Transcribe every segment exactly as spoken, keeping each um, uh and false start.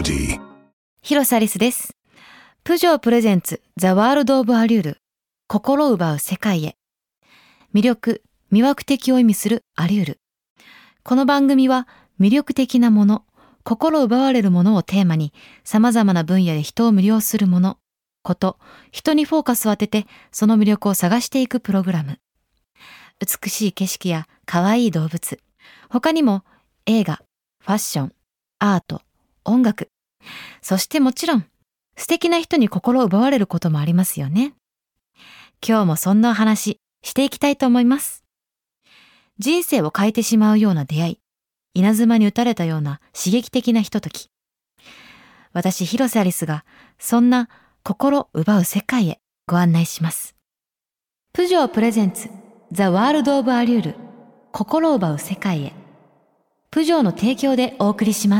オーディー広瀬アリスです。プジョープレゼンツザワールドオブアリュール、心奪う世界へ。魅力、魅惑的を意味するアリュール。この番組は魅力的なもの、心奪われるものをテーマに、様々な分野で人を魅了するもの、こと、人にフォーカスを当てて、その魅力を探していくプログラム。美しい景色や可愛い動物、他にも映画、ファッション、アート、音楽、そしてもちろん素敵な人に心を奪われることもありますよね。今日もそんなお話していきたいと思います。人生を変えてしまうような出会い、稲妻に打たれたような刺激的なひととき。私広瀬アリスがそんな心奪う世界へご案内します。プジョープレゼンツザワールドオブアリュール、心奪う世界へ。プジョーの提供でお送りします。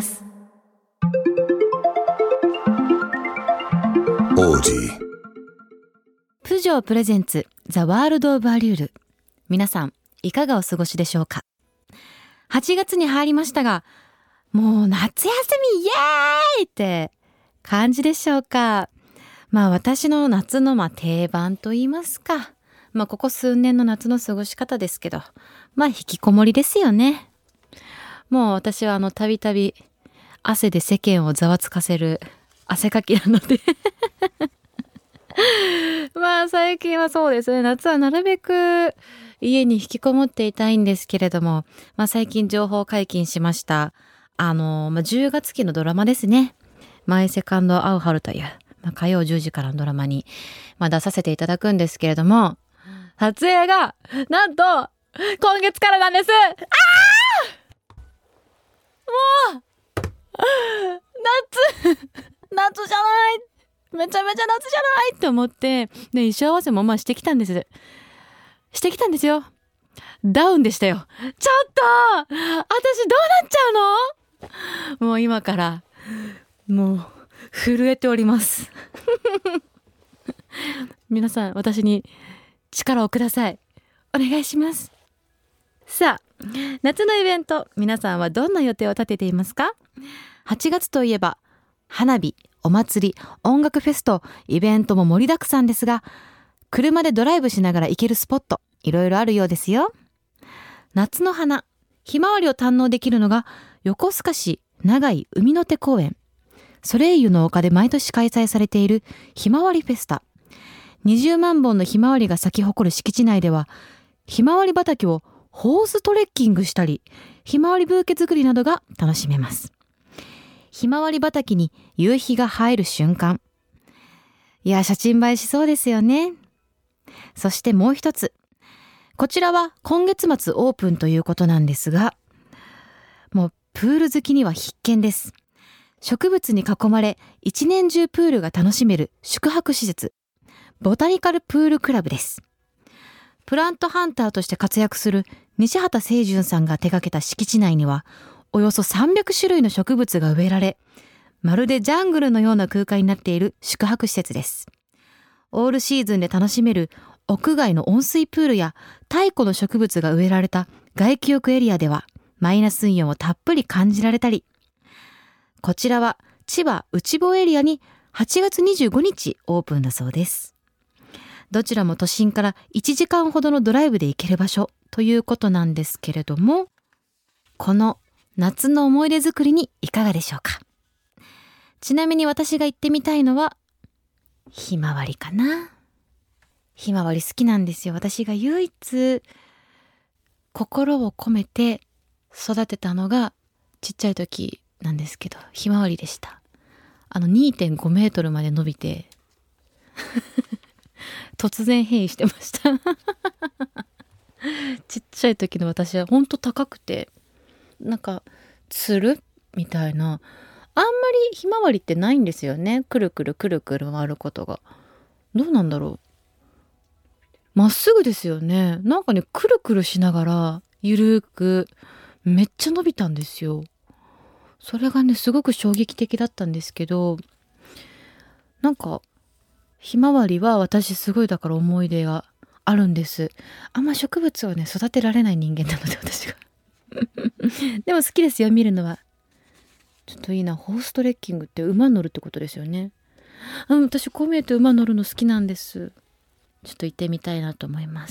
オーディープジョープレゼンツザワールドオブアリュール。皆さんいかがお過ごしでしょうか。はちがつに入りましたが、もう夏休みイエーイって感じでしょうか。まあ私の夏のまあ定番と言いますか、まあここ数年の夏の過ごし方ですけど、まあ引きこもりですよね。もう私はあのたびたび汗で世間をざわつかせる汗かきなのでまあ最近はそうですね、夏はなるべく家に引きこもっていたいんですけれども、まあ最近情報解禁しましたあの、まあ、じゅうがつ期のドラマですね、マイセカンドアウハルという、まあ、火曜じゅうじからのドラマに、まあ、出させていただくんですけれども、撮影がなんと今月からなんです。あーもう夏夏じゃない、めちゃめちゃ夏じゃないって思って、で衣装合わせもまあしてきたんですしてきたんですよ。ダウンでしたよ。ちょっと私どうなっちゃうの。もう今からもう震えております皆さん私に力をください。お願いします。さあ、夏のイベント、皆さんはどんな予定を立てていますか。はちがつといえば花火、お祭り、音楽フェスとイベントも盛りだくさんですが、車でドライブしながら行けるスポットいろいろあるようですよ。夏の花、ひまわりを堪能できるのが横須賀市長井海の手公園、ソレイユの丘で毎年開催されているひまわりフェスタ。にじゅうまんぼんのひまわりが咲き誇る敷地内では、ひまわり畑をホーストレッキングしたり、ひまわりブーケ作りなどが楽しめます。ひまわり畑に夕日が映える瞬間、いや写真映えしそうですよね。そしてもう一つ、こちらは今月末オープンということなんですが、もうプール好きには必見です。植物に囲まれ一年中プールが楽しめる宿泊施設、ボタニカルプールクラブです。プラントハンターとして活躍する西畑清純さんが手掛けた敷地内にはおよそさんびゃくしゅるいの植物が植えられ、まるでジャングルのような空間になっている宿泊施設です。オールシーズンで楽しめる屋外の温水プールや太古の植物が植えられた外気浴エリアではマイナスイオンをたっぷり感じられたり、こちらは千葉内房エリアにはちがつにじゅうごにちオープンだそうです。どちらも都心からいちじかんほどのドライブで行ける場所ということなんですけれども、この夏の思い出作りにいかがでしょうか。ちなみに私が行ってみたいのはひまわりかな。ひまわり好きなんですよ。私が唯一心を込めて育てたのがちっちゃい時なんですけど、ひまわりでした。あの にてんごメートルまで伸びて突然変異してましたちっちゃい時の私はほんと高くて、なんかつるみたいな、あんまりひまわりってないんですよね。くるくるくるくる回ることが。どうなんだろう。まっすぐですよね。なんかね、くるくるしながらゆるくめっちゃ伸びたんですよ。それがねすごく衝撃的だったんですけど、なんかひまわりは私すごいだから思い出があるんです。あんま植物をね育てられない人間なので私がでも好きですよ、見るのは。 ちょっといいな。ホーストレッキングって馬乗るってことですよね。うん、私こう見えて馬乗るの好きなんです。ちょっと行ってみたいなと思います。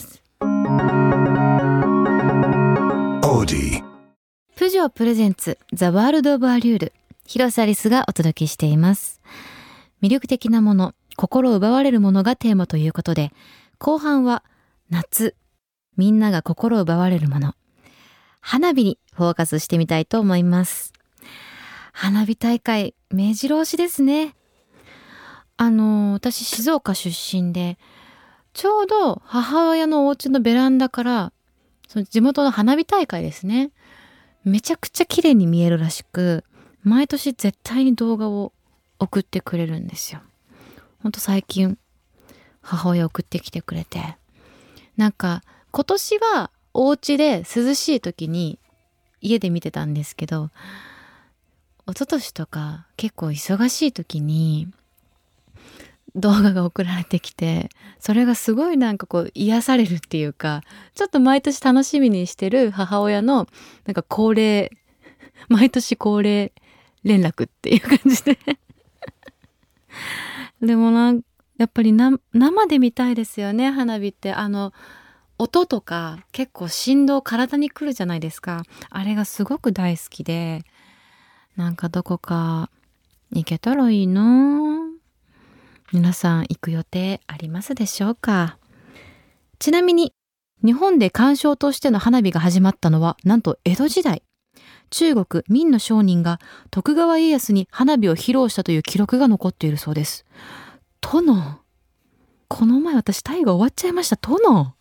プジョープレゼンツザワールドオブアリュール、広瀬アリスがお届けしています。魅力的なもの、心を奪われるものがテーマということで、後半は夏、みんなが心を奪われるもの、花火にフォーカスしてみたいと思います。花火大会目白押しですね。あの私静岡出身で、ちょうど母親のお家のベランダからその地元の花火大会ですね、めちゃくちゃ綺麗に見えるらしく、毎年絶対に動画を送ってくれるんですよ。ほんと最近母親送ってきてくれて、なんか今年はお家で涼しい時に家で見てたんですけど、一昨年とか結構忙しい時に動画が送られてきて、それがすごいなんかこう癒されるっていうか、ちょっと毎年楽しみにしてる母親のなんか恒例毎年恒例連絡っていう感じででもなんやっぱりな生で見たいですよね、花火って。あの音とか結構振動体にくるじゃないですか。あれがすごく大好きで、なんかどこか行けたらいいな。皆さん行く予定ありますでしょうか。ちなみに日本で鑑賞としての花火が始まったのはなんと江戸時代。中国明の商人が徳川家康に花火を披露したという記録が残っているそうです。殿、この前私タイが終わっちゃいました。殿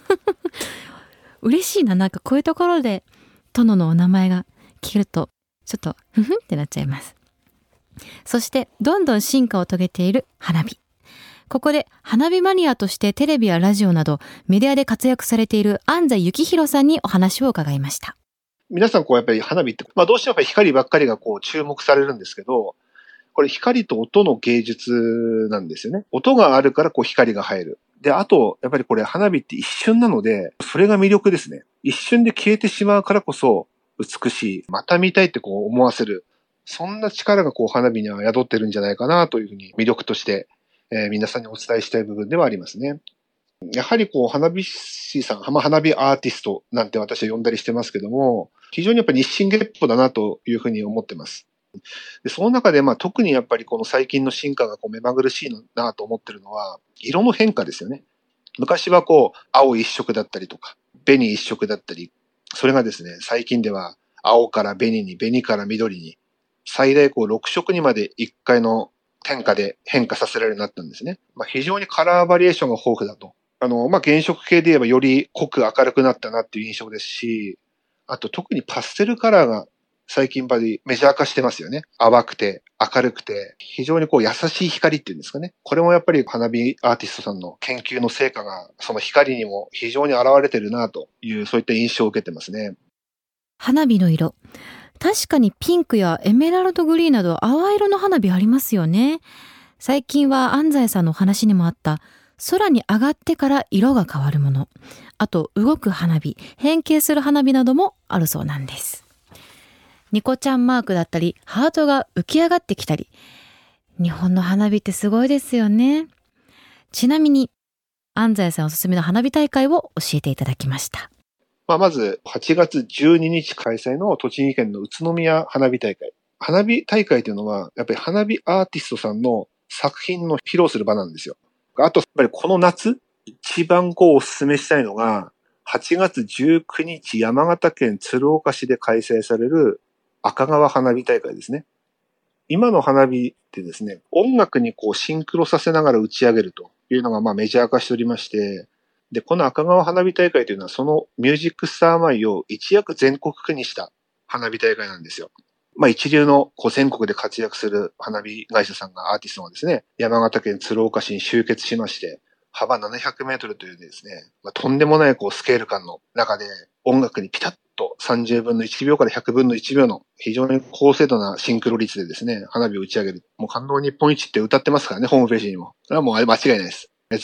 嬉しいな。なんかこういうところで殿のお名前が聞けるとちょっとふふんってなっちゃいます。そしてどんどん進化を遂げている花火。ここで花火マニアとしてテレビやラジオなどメディアで活躍されている安西幸弘さんにお話を伺いました。 皆さんこうやっぱり花火って、まあどうしてもやっぱり光ばっかりがこう注目されるんですけど、これ光と音の芸術なんですよね。音があるからこう光が入る。で、あと、やっぱりこれ花火って一瞬なので、それが魅力ですね。一瞬で消えてしまうからこそ美しい。また見たいってこう思わせる。そんな力がこう花火には宿ってるんじゃないかなというふうに魅力として、えー、皆さんにお伝えしたい部分ではありますね。やはりこう花火師さん、花火アーティストなんて私は呼んだりしてますけども、非常にやっぱり日進月歩だなというふうに思ってます。でその中でまあ特にやっぱりこの最近の進化がこう目まぐるしいなと思ってるのは、色の変化ですよね。昔はこう青一色だったりとか、紅一色だったり、それがですね、最近では青から紅に、紅から緑に、最大こうろく色にまでいっかいの点火で変化させられるようになったんですね。まあ、非常にカラーバリエーションが豊富だと。あの、まあ、原色系で言えばより濃く明るくなったなっていう印象ですし、あと特にパステルカラーが最近バディメジャー化してますよね。淡くて明るくて非常にこう優しい光っていうんですかね。これもやっぱり花火アーティストさんの研究の成果がその光にも非常に現れてるなというそういった印象を受けてますね。 花火の色、確かにピンクやエメラルドグリーンなど淡い色の花火ありますよね。最近は安西さんのお話にもあった空に上がってから色が変わるもの、あと動く花火、変形する花火などもあるそうなんです。ニコちゃんマークだったりハートが浮き上がってきたり、日本の花火ってすごいですよね。ちなみに安西さんおすすめの花火大会を教えていただきました。 まあ、まずはちがつじゅうににち開催の栃木県の宇都宮花火大会。花火大会というのはやっぱり花火アーティストさんの作品の披露する場なんですよ。あとやっぱりこの夏一番こうお勧めしたいのがはちがつじゅうくにち山形県鶴岡市で開催される赤川花火大会ですね。今の花火ってですね、音楽にこうシンクロさせながら打ち上げるというのがまあメジャー化しておりまして、で、この赤川花火大会というのはそのミュージックスター舞を一躍全国区にした花火大会なんですよ。まあ一流のこう全国で活躍する花火会社さんがアーティストがですね、山形県鶴岡市に集結しまして、幅ななひゃくメートルというですね、まあ、とんでもないこうスケール感の中で音楽にピタッとさんじゅうぶんのいちびょうからひゃくぶんのいちびょうの非常に高精度なシンクロ率でですね、花火を打ち上げる。もう感動日本一って歌ってますからね、ホームページにも。それはもうあれ間違いないです。ぜひ、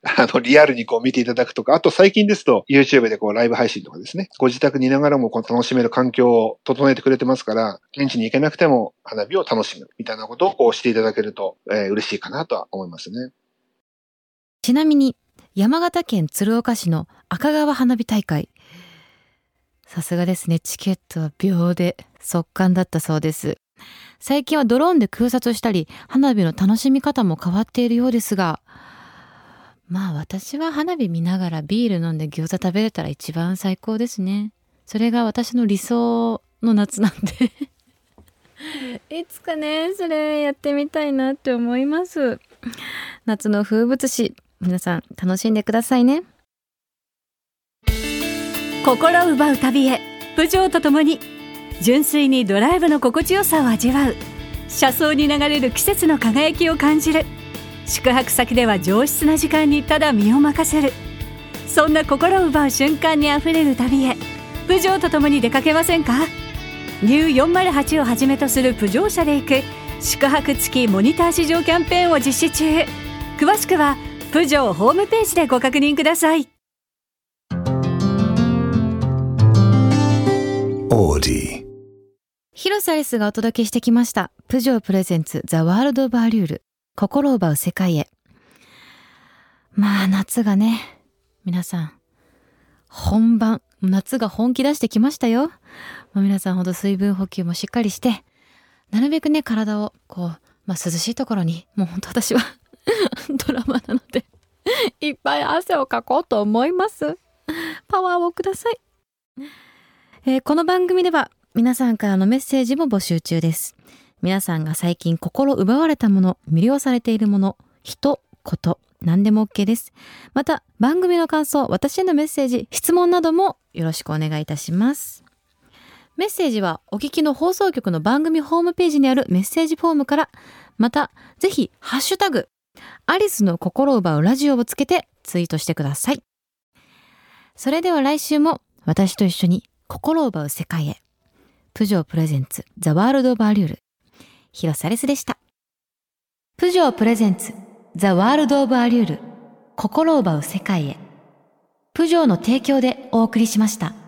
あの、リアルにこう見ていただくとか、あと最近ですと YouTube でこうライブ配信とかですね、ご自宅にいながらもこう楽しめる環境を整えてくれてますから、現地に行けなくても花火を楽しむみたいなことをこうしていただけると、えー、嬉しいかなとは思いますね。 ちなみに山形県鶴岡市の赤川花火大会、さすがですね、チケットは秒で速乾だったそうです。最近はドローンで空撮したり花火の楽しみ方も変わっているようですが、まあ私は花火見ながらビール飲んで餃子食べれたら一番最高ですね。それが私の理想の夏なんでいつかねそれやってみたいなって思います。夏の風物詩、皆さん楽しんでくださいね。 心奪う旅へ、プジョーとともに純粋にドライブの心地よさを味わう、車窓に流れる季節の輝きを感じる、宿泊先では上質な時間にただ身を任せる、そんな心を奪う瞬間にあふれる旅へ、プジョーとともに出かけませんか。ニューよんまるはちをはじめとするプジョー車で行く宿泊付きモニター試乗キャンペーンを実施中。詳しくはプジョーホームページでご確認ください。 オーディ広瀬アリスがお届けしてきましたプジョープレゼンツザワールドバリュール、心奪う世界へ。まあ夏がね、皆さん本番、夏が本気出してきましたよ。もう皆さんほど水分補給もしっかりして、なるべくね体をこう、まあ、涼しいところに、もう本当私はドラマなのでいっぱい汗をかこうと思います。パワーをください。えー、この番組では皆さんからのメッセージも募集中です。皆さんが最近心奪われたもの、魅了されているもの、人、こと、何でも OK です。また番組の感想、私へのメッセージ、質問などもよろしくお願いいたします。メッセージはお聞きの放送局の番組ホームページにあるメッセージフォームから、またぜひハッシュタグアリスの心奪うラジオをつけてツイートしてください。それでは来週も私と一緒に心奪う世界へ。プジョープレゼンツザワールドバリュール、広瀬アリスでした。プジョープレゼンツザワールドオブアリュール、心奪う世界へ。プジョーの提供でお送りしました。